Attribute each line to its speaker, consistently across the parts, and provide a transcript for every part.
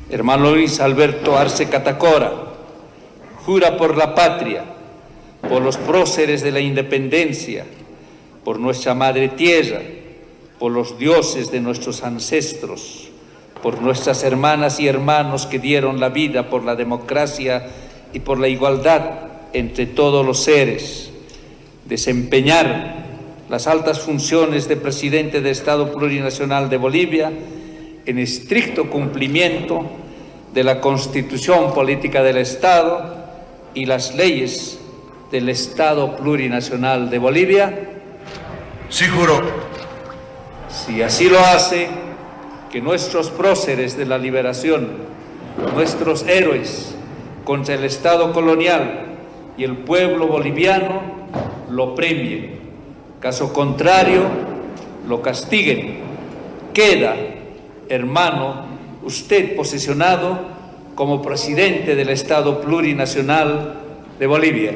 Speaker 1: Hermano Luis Alberto Arce Catacora, jura por la patria, por los próceres de la independencia, por nuestra madre tierra, por los dioses de nuestros ancestros, por nuestras hermanas y hermanos que dieron la vida por la democracia y por la igualdad entre todos los seres, desempeñar las altas funciones de presidente del Estado Plurinacional de Bolivia en estricto cumplimiento de la Constitución Política del Estado y las leyes del Estado Plurinacional de Bolivia.
Speaker 2: Sí, juro.
Speaker 1: Si así lo hace, que nuestros próceres de la liberación, nuestros héroes contra el Estado colonial y el pueblo boliviano lo premien. Caso contrario, lo castiguen. Queda, hermano, usted posesionado como presidente del Estado Plurinacional de Bolivia.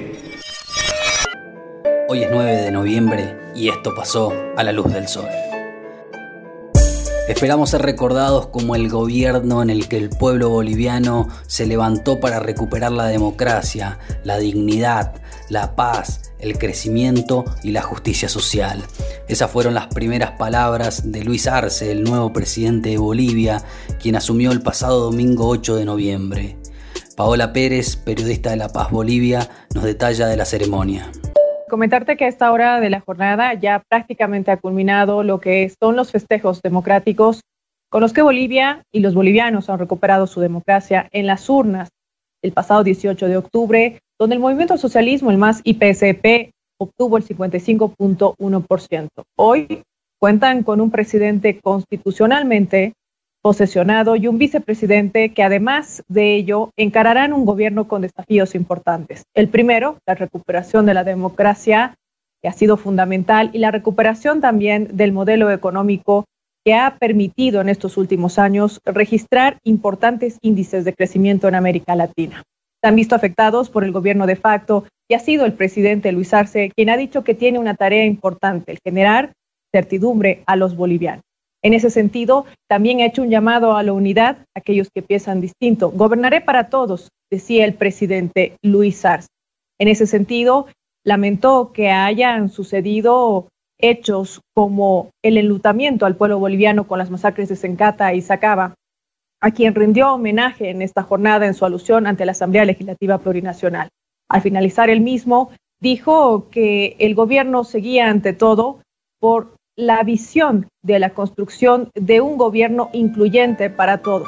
Speaker 3: Hoy es 9 de noviembre y esto pasó a la luz del sol. Esperamos ser recordados como el gobierno en el que el pueblo boliviano se levantó para recuperar la democracia, la dignidad, la paz, el crecimiento y la justicia social. Esas fueron las primeras palabras de Luis Arce, el nuevo presidente de Bolivia, quien asumió el pasado domingo 8 de noviembre. Paola Pérez, periodista de La Paz Bolivia, nos detalla de la ceremonia.
Speaker 4: Comentarte que a esta hora de la jornada ya prácticamente ha culminado lo que son los festejos democráticos con los que Bolivia y los bolivianos han recuperado su democracia en las urnas el pasado 18 de octubre, donde el movimiento socialismo, el MAS y PSP, obtuvo el 55.1%. Hoy cuentan con un presidente constitucionalmente posesionado y un vicepresidente que además de ello encararán un gobierno con desafíos importantes. El primero, la recuperación de la democracia, que ha sido fundamental, y la recuperación también del modelo económico que ha permitido en estos últimos años registrar importantes índices de crecimiento en América Latina. Se han visto afectados por el gobierno de facto y ha sido el presidente Luis Arce quien ha dicho que tiene una tarea importante, el generar certidumbre a los bolivianos. En ese sentido, también ha hecho un llamado a la unidad, a aquellos que piensan distinto. Gobernaré para todos, decía el presidente Luis Arce. En ese sentido, lamentó que hayan sucedido hechos como el enlutamiento al pueblo boliviano con las masacres de Sencata y Sacaba, a quien rindió homenaje en esta jornada en su alusión ante la Asamblea Legislativa Plurinacional. Al finalizar el mismo, dijo que el gobierno seguía ante todo por la visión de la construcción de un gobierno incluyente para todos.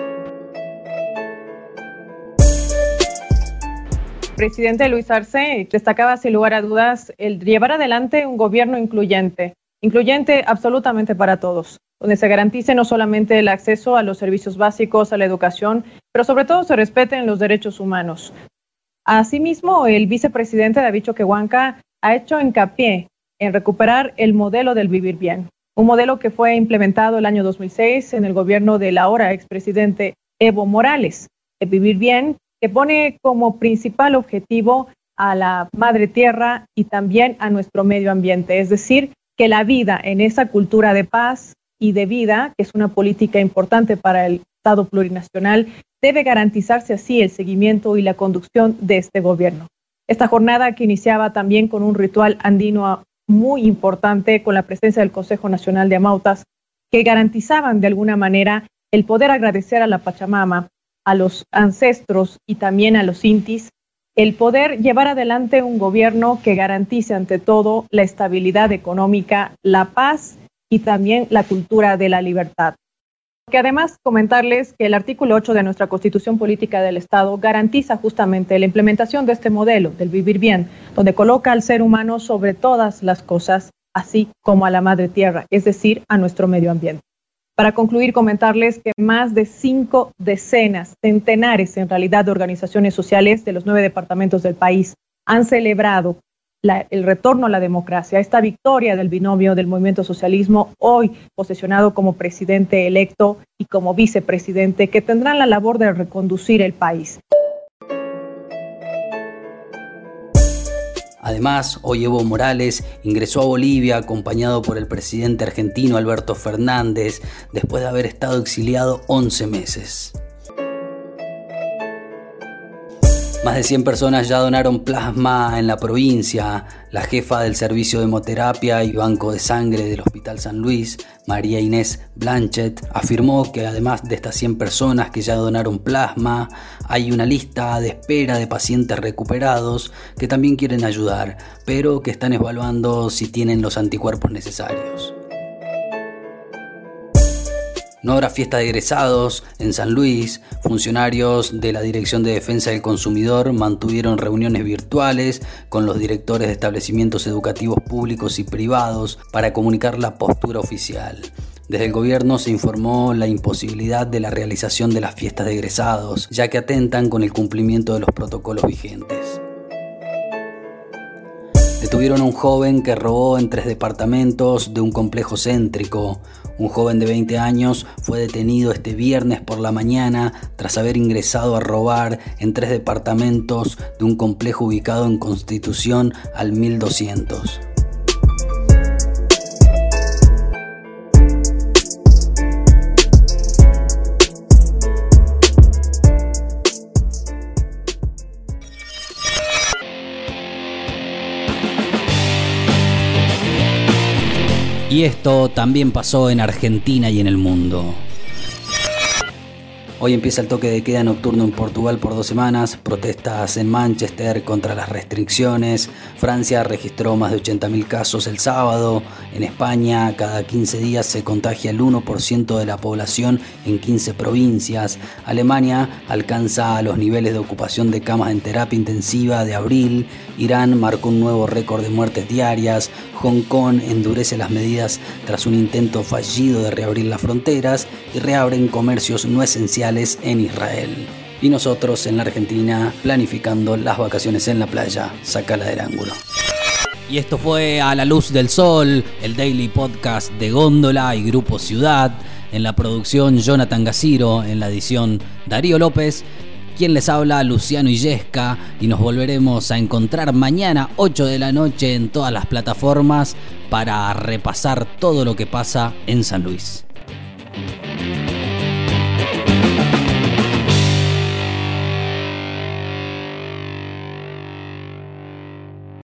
Speaker 4: El presidente Luis Arce destacaba sin lugar a dudas el llevar adelante un gobierno incluyente absolutamente para todos, donde se garantice no solamente el acceso a los servicios básicos, a la educación, pero sobre todo se respeten los derechos humanos. Asimismo, el vicepresidente David Choquehuanca ha hecho hincapié en recuperar el modelo del vivir bien, un modelo que fue implementado el año 2006 en el gobierno del ahora expresidente Evo Morales. El vivir bien que pone como principal objetivo a la madre tierra y también a nuestro medio ambiente, es decir, que la vida en esa cultura de paz y de vida, que es una política importante para el Estado plurinacional, debe garantizarse así el seguimiento y la conducción de este gobierno. Esta jornada que iniciaba también con un ritual andino muy importante con la presencia del Consejo Nacional de Amautas, que garantizaban de alguna manera el poder agradecer a la Pachamama, a los ancestros y también a los intis, el poder llevar adelante un gobierno que garantice ante todo la estabilidad económica, la paz y también la cultura de la libertad. Que además comentarles que el artículo 8 de nuestra Constitución Política del Estado garantiza justamente la implementación de este modelo del vivir bien, donde coloca al ser humano sobre todas las cosas, así como a la madre tierra, es decir, a nuestro medio ambiente. Para concluir, comentarles que más de 5 decenas, centenares en realidad de organizaciones sociales de los 9 departamentos del país han celebrado el retorno a la democracia, esta victoria del binomio del movimiento socialismo, hoy posesionado como presidente electo y como vicepresidente, que tendrán la labor de reconducir el país.
Speaker 3: Además, hoy Evo Morales ingresó a Bolivia acompañado por el presidente argentino Alberto Fernández, después de haber estado exiliado 11 meses. Más de 100 personas ya donaron plasma en la provincia. La jefa del servicio de hemoterapia y banco de sangre del Hospital San Luis, María Inés Blanchet, afirmó que además de estas 100 personas que ya donaron plasma, hay una lista de espera de pacientes recuperados que también quieren ayudar, pero que están evaluando si tienen los anticuerpos necesarios. No habrá fiesta de egresados en San Luis. Funcionarios de la Dirección de Defensa del Consumidor mantuvieron reuniones virtuales con los directores de establecimientos educativos públicos y privados para comunicar la postura oficial. Desde el gobierno se informó la imposibilidad de la realización de las fiestas de egresados, ya que atentan con el cumplimiento de los protocolos vigentes. Detuvieron a un joven que robó en 3 departamentos de un complejo céntrico. Un joven de 20 años fue detenido este viernes por la mañana tras haber ingresado a robar en 3 departamentos de un complejo ubicado en Constitución al 1200. Y esto también pasó en Argentina y en el mundo. Hoy empieza el toque de queda nocturno en Portugal por 2 semanas, protestas en Manchester contra las restricciones, Francia registró más de 80.000 casos el sábado, en España cada 15 días se contagia el 1% de la población en 15 provincias, Alemania alcanza los niveles de ocupación de camas en terapia intensiva de abril, Irán marcó un nuevo récord de muertes diarias, Hong Kong endurece las medidas tras un intento fallido de reabrir las fronteras y reabren comercios no esenciales en Israel. Y nosotros en la Argentina planificando las vacaciones en la playa, sácala del ángulo. Y esto fue A la Luz del Sol, el daily podcast de Góndola y Grupo Ciudad. En la producción Jonathan Gaciro, en la edición Darío López. Quien les habla, Luciano Illesca, y nos volveremos a encontrar mañana 8 de la noche en todas las plataformas para repasar todo lo que pasa en San Luis.